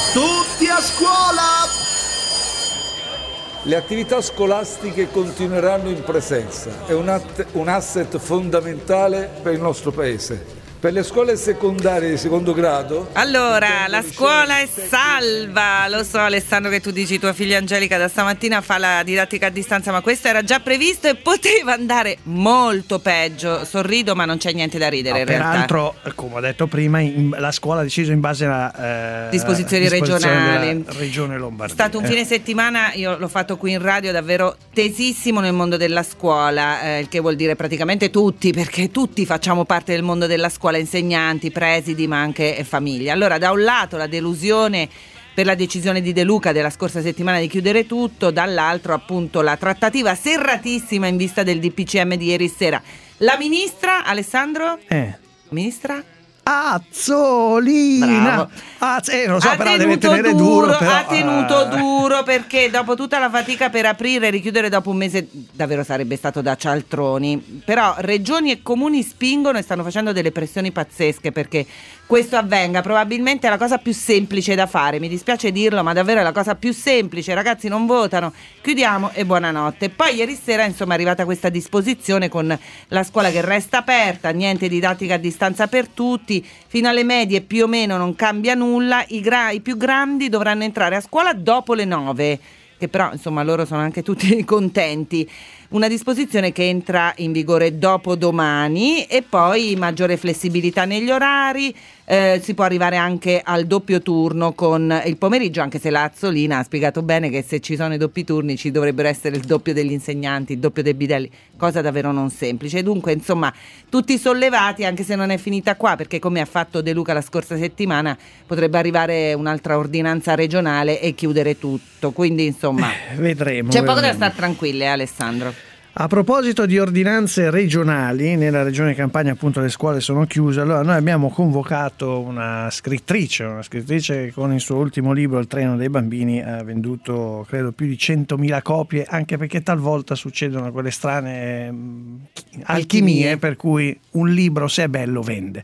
Tutti a scuola! Le attività scolastiche continueranno in presenza, è un asset fondamentale per il nostro Paese. Per le scuole secondarie di secondo grado... Allora, la scuola è salva. Lo so, Alessandro, che tu dici tua figlia Angelica da stamattina fa la didattica a distanza, ma questo era già previsto e poteva andare molto peggio. Sorrido, ma non c'è niente da ridere, in realtà. Peraltro, come ho detto prima, la scuola ha deciso in base alla disposizioni regionali della Regione Lombardia. È stato un fine settimana, io l'ho fatto qui in radio, davvero tesissimo nel mondo della scuola, il che vuol dire praticamente tutti, perché tutti facciamo parte del mondo della scuola, insegnanti, presidi, ma anche famiglie. Allora, da un lato la delusione per la decisione di De Luca della scorsa settimana di chiudere tutto, dall'altro appunto la trattativa serratissima in vista del DPCM di ieri sera. La ministra, Alessandro? Ministra? Azzolina. Lo so, però deve tenere duro. Ha tenuto duro, perché dopo tutta la fatica per aprire e richiudere dopo un mese davvero sarebbe stato da cialtroni. Però regioni e comuni spingono e stanno facendo delle pressioni pazzesche perché questo avvenga. Probabilmente è la cosa più semplice da fare, mi dispiace dirlo, ma davvero è la cosa più semplice. Ragazzi, non votano, chiudiamo e buonanotte. Poi ieri sera insomma è arrivata questa disposizione con la scuola che resta aperta, niente didattica a distanza per tutti, fino alle medie più o meno non cambia nulla. I più grandi dovranno entrare a scuola dopo le 9, che però insomma loro sono anche tutti contenti. Una disposizione che entra in vigore dopo domani, e poi maggiore flessibilità negli orari, si può arrivare anche al doppio turno con il pomeriggio, anche se la Azzolina ha spiegato bene che se ci sono i doppi turni ci dovrebbero essere il doppio degli insegnanti, il doppio dei bidelli, cosa davvero non semplice. Dunque insomma tutti sollevati, anche se non è finita qua, perché come ha fatto De Luca la scorsa settimana potrebbe arrivare un'altra ordinanza regionale e chiudere tutto, quindi insomma vedremo. C'è poco da stare tranquilli, Alessandro. A proposito di ordinanze regionali, nella regione Campania appunto le scuole sono chiuse. Allora noi abbiamo convocato una scrittrice che con il suo ultimo libro Il treno dei bambini ha venduto credo più di 100.000 copie, anche perché talvolta succedono quelle strane alchimie per cui un libro, se è bello, vende.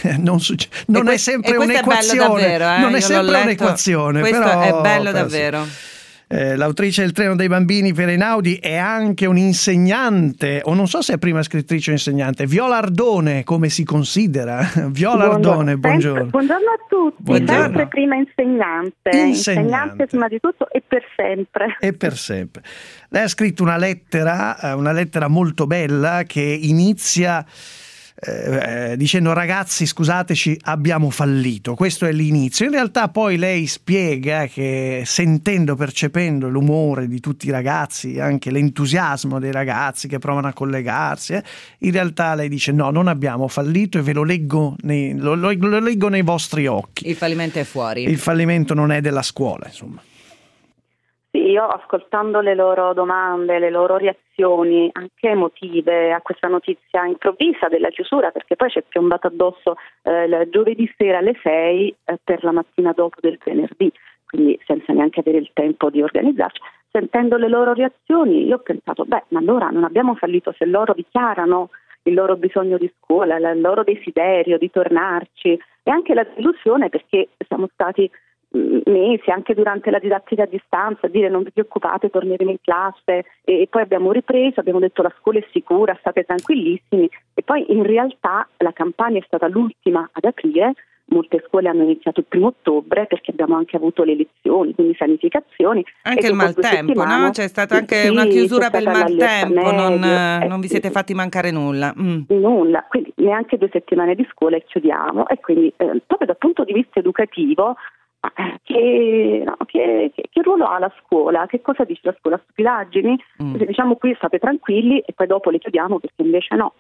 Non è sempre un'equazione, non è sempre un'equazione, questo però è bello davvero. L'autrice del treno dei bambini per Einaudi è anche un'insegnante, o non so se è prima scrittrice o insegnante. Viola Ardone, come si considera? Viola Ardone, buongiorno. Buongiorno a tutti. Buongiorno. Sempre prima insegnante prima di tutto e per sempre. E per sempre. Lei ha scritto una lettera molto bella che inizia dicendo: ragazzi, scusateci, abbiamo fallito. Questo è l'inizio. In realtà poi lei spiega che percependo l'umore di tutti i ragazzi, anche l'entusiasmo dei ragazzi che provano a collegarsi, in realtà lei dice: no, non abbiamo fallito, e ve lo leggo nei vostri occhi. Il fallimento è fuori. Il fallimento non è della scuola, insomma. Sì, io ascoltando le loro domande, le loro reazioni anche emotive a questa notizia improvvisa della chiusura, perché poi ci è piombata addosso il giovedì sera alle 6 per la mattina dopo del venerdì, quindi senza neanche avere il tempo di organizzarci. Sentendo le loro reazioni io ho pensato, ma allora non abbiamo fallito se loro dichiarano il loro bisogno di scuola, il loro desiderio di tornarci, e anche la delusione perché siamo stati mesi anche durante la didattica a distanza a dire: non vi preoccupate, torneremo in classe, e poi abbiamo ripreso, abbiamo detto la scuola è sicura, state tranquillissimi, e poi in realtà la Campania è stata l'ultima ad aprire. Molte scuole hanno iniziato il 1° ottobre perché abbiamo anche avuto le lezioni, quindi sanificazioni. Anche il maltempo, no? C'è stata anche una chiusura per il maltempo, non vi siete fatti mancare nulla. Nulla, quindi neanche 2 settimane di scuola e chiudiamo, e quindi proprio dal punto di vista educativo che ruolo ha la scuola? Che cosa dice la scuola? Stupidaggini? Diciamo qui state tranquilli e poi dopo le chiudiamo, perché invece no.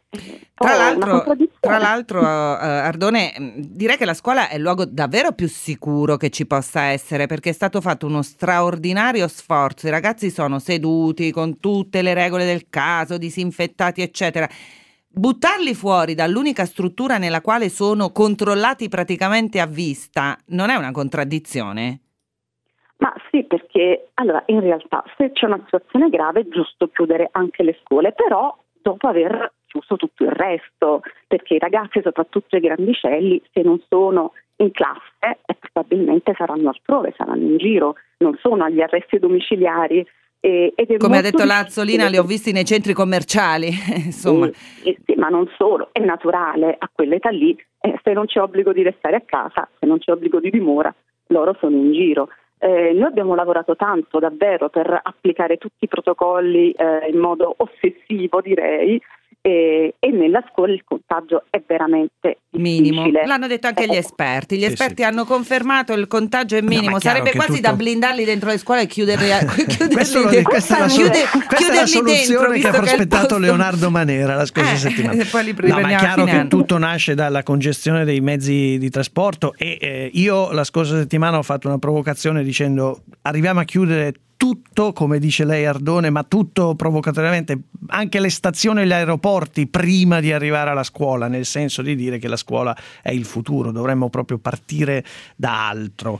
Tra l'altro Ardone, direi che la scuola è il luogo davvero più sicuro che ci possa essere, perché è stato fatto uno straordinario sforzo. I ragazzi sono seduti con tutte le regole del caso, disinfettati eccetera. Buttarli fuori dall'unica struttura nella quale sono controllati praticamente a vista non è una contraddizione? Ma sì, perché allora in realtà se c'è una situazione grave è giusto chiudere anche le scuole, però dopo aver chiuso tutto il resto, perché i ragazzi, soprattutto i grandicelli, se non sono in classe è probabilmente saranno altrove, saranno in giro, non sono agli arresti domiciliari. Come ha detto la Azzolina, li ho visti nei centri commerciali, insomma. Sì, ma non solo, è naturale a quell'età lì, se non c'è obbligo di restare a casa, se non c'è obbligo di dimora, loro sono in giro. Noi abbiamo lavorato tanto davvero per applicare tutti i protocolli in modo ossessivo, direi, e nella scuola il contagio è veramente minimo. difficile. L'hanno detto anche gli esperti. Gli esperti hanno confermato il contagio è minimo. Sarebbe quasi da blindarli dentro le scuole e chiuderli questa è la soluzione che ha prospettato Leonardo Manera la scorsa settimana. Ma è chiaro che tutto nasce dalla congestione dei mezzi di trasporto e io la scorsa settimana ho fatto una provocazione dicendo arriviamo a chiudere tutto, come dice lei Ardone, ma tutto provocatoriamente, anche le stazioni e gli aeroporti prima di arrivare alla scuola, nel senso di dire che la scuola è il futuro, dovremmo proprio partire da altro.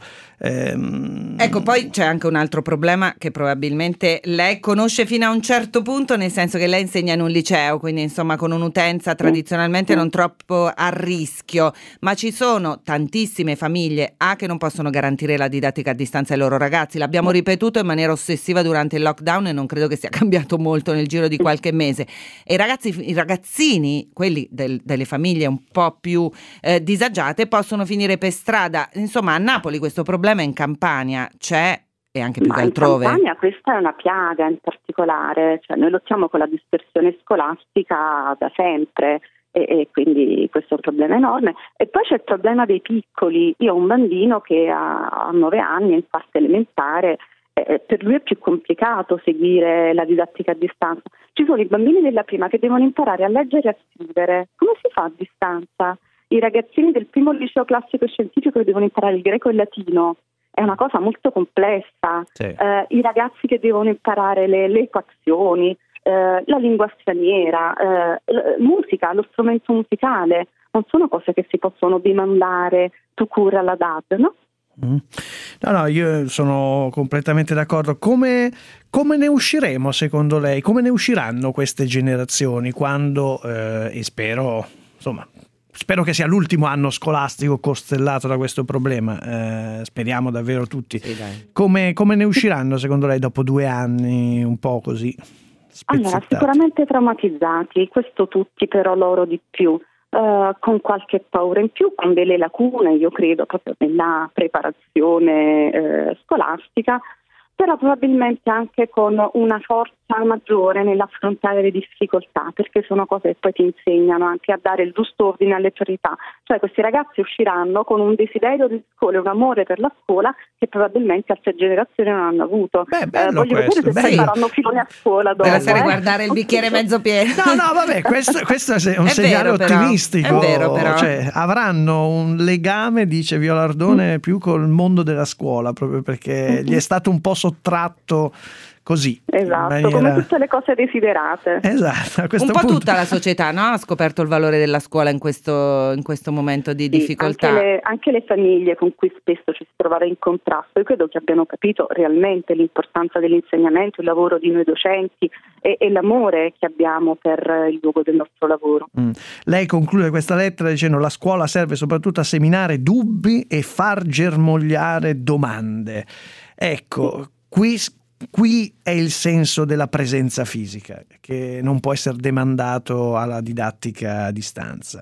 Ecco, poi c'è anche un altro problema che probabilmente lei conosce fino a un certo punto, nel senso che lei insegna in un liceo, quindi insomma con un'utenza tradizionalmente non troppo a rischio, ma ci sono tantissime famiglie che non possono garantire la didattica a distanza ai loro ragazzi. L'abbiamo ripetuto in maniera ossessiva durante il lockdown e non credo che sia cambiato molto nel giro di qualche mese. E i ragazzini, quelli delle famiglie un po' più disagiate, possono finire per strada. Insomma, a Napoli questo problema, in Campania c'è e anche più che altrove. In Campania questa è una piaga in particolare, cioè noi lottiamo con la dispersione scolastica da sempre e quindi questo è un problema enorme. E poi c'è il problema dei piccoli. Io ho un bambino che ha 9 anni, in quarta elementare. Per lui è più complicato seguire la didattica a distanza. Ci sono i bambini della prima che devono imparare a leggere e a scrivere. Come si fa a distanza? I ragazzini del primo liceo classico e scientifico che devono imparare il greco e il latino. È una cosa molto complessa. Sì. I ragazzi che devono imparare le equazioni, la lingua straniera, musica, lo strumento musicale. Non sono cose che si possono demandare tu cura alla DAD, no? No, io sono completamente d'accordo. Come ne usciremo secondo lei? Come ne usciranno queste generazioni quando, e spero che sia l'ultimo anno scolastico costellato da questo problema, speriamo davvero tutti. Sì, come ne usciranno secondo lei dopo 2 anni un po' così spezzettati? Allora, sicuramente traumatizzati, questo tutti, però loro di più. Con qualche paura in più, con delle lacune, io credo, proprio nella preparazione scolastica, però probabilmente anche con una forza maggiore nell'affrontare le difficoltà, perché sono cose che poi ti insegnano anche a dare il giusto ordine alle priorità. Cioè questi ragazzi usciranno con un desiderio di scuola, un amore per la scuola che probabilmente altre generazioni non hanno avuto. Voglio vedere se faranno filone a scuola dopo. Per guardare il bicchiere mezzo pieno. No, vabbè, questo è un segnale ottimistico. È vero, però. Cioè, avranno un legame, dice Viola Ardone, più col mondo della scuola, proprio perché gli è stato un po' sottratto così. Esatto, come tutte le cose desiderate. Esatto, a questo un po' punto. Tutta la società, no? Ha scoperto il valore della scuola in questo momento di difficoltà. Anche le famiglie con cui spesso ci si trova in contrasto, io credo che abbiano capito realmente l'importanza dell'insegnamento, il lavoro di noi docenti e l'amore che abbiamo per il luogo del nostro lavoro. Lei conclude questa lettera dicendo: la scuola serve soprattutto a seminare dubbi e far germogliare domande. Ecco, qui è il senso della presenza fisica, che non può essere demandato alla didattica a distanza.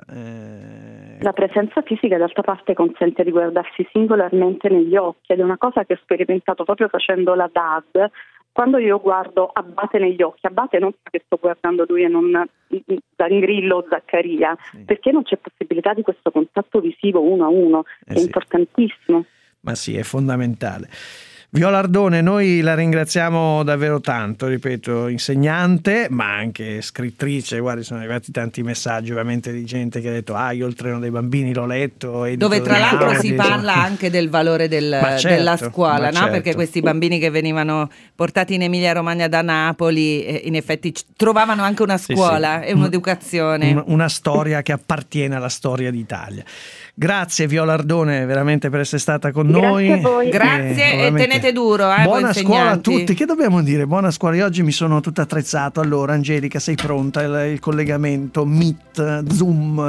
La presenza fisica d'altra parte consente di guardarsi singolarmente negli occhi, ed è una cosa che ho sperimentato proprio facendo la DAD. Quando io guardo Abate negli occhi, Abate non sa che sto guardando lui e non Zangrillo o Zaccaria, perché non c'è possibilità di questo contatto visivo uno a uno, è importantissimo. Ma sì, è fondamentale. Viola Ardone, noi la ringraziamo davvero tanto, ripeto, insegnante ma anche scrittrice. Guardi, sono arrivati tanti messaggi ovviamente di gente che ha detto io il treno dei bambini l'ho letto, dove tra l'altro si parla anche del valore della scuola, no? Perché questi bambini che venivano portati in Emilia Romagna da Napoli in effetti trovavano anche una scuola e un'educazione, una storia che appartiene alla storia d'Italia. Grazie Viola Ardone veramente per essere stata con noi. Grazie a voi. Grazie e tenete duro. Buona scuola a tutti. Che dobbiamo dire? Buona scuola. Io oggi mi sono tutta attrezzato. Allora Angelica, sei pronta? Il collegamento, Meet, Zoom,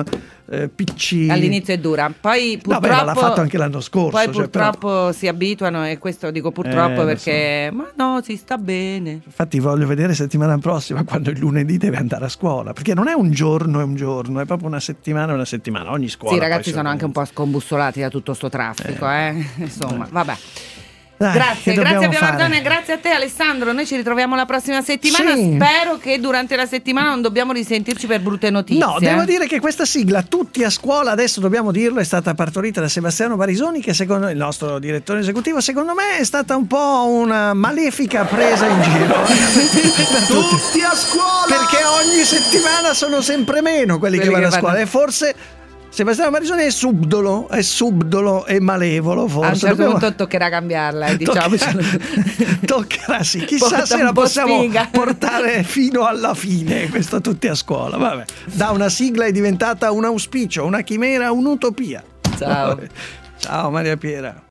PC. All'inizio è dura, poi purtroppo ma l'ha fatto anche l'anno scorso. Poi purtroppo si abituano, e questo dico purtroppo perché so. Ma no, si sta bene. Infatti voglio vedere settimana prossima, quando il lunedì deve andare a scuola, perché non è un giorno, è proprio una settimana, ogni scuola. Sì, i ragazzi sono anche un po' scombussolati da tutto sto traffico, insomma, vabbè. Dai, grazie Pia Bardone, grazie a te Alessandro, noi ci ritroviamo la prossima settimana. Sì. Spero che durante la settimana non dobbiamo risentirci per brutte notizie. No, devo dire che questa sigla, Tutti a scuola, adesso dobbiamo dirlo, è stata partorita da Sebastiano Barisoni, che secondo il nostro direttore esecutivo, secondo me è stata un po' una malefica presa in giro per Tutti a scuola! perché ogni settimana sono sempre meno quelli che vanno a scuola, e forse Sebastiano Barisoni è subdolo e malevolo, forse. A un certo punto toccherà cambiarla, diciamo. Toccherà, sì. Chissà se la possiamo portare fino alla fine, questo Tutti a scuola. Vabbè. Da una sigla è diventata un auspicio, una chimera, un'utopia. Ciao. Ciao Maria Piera.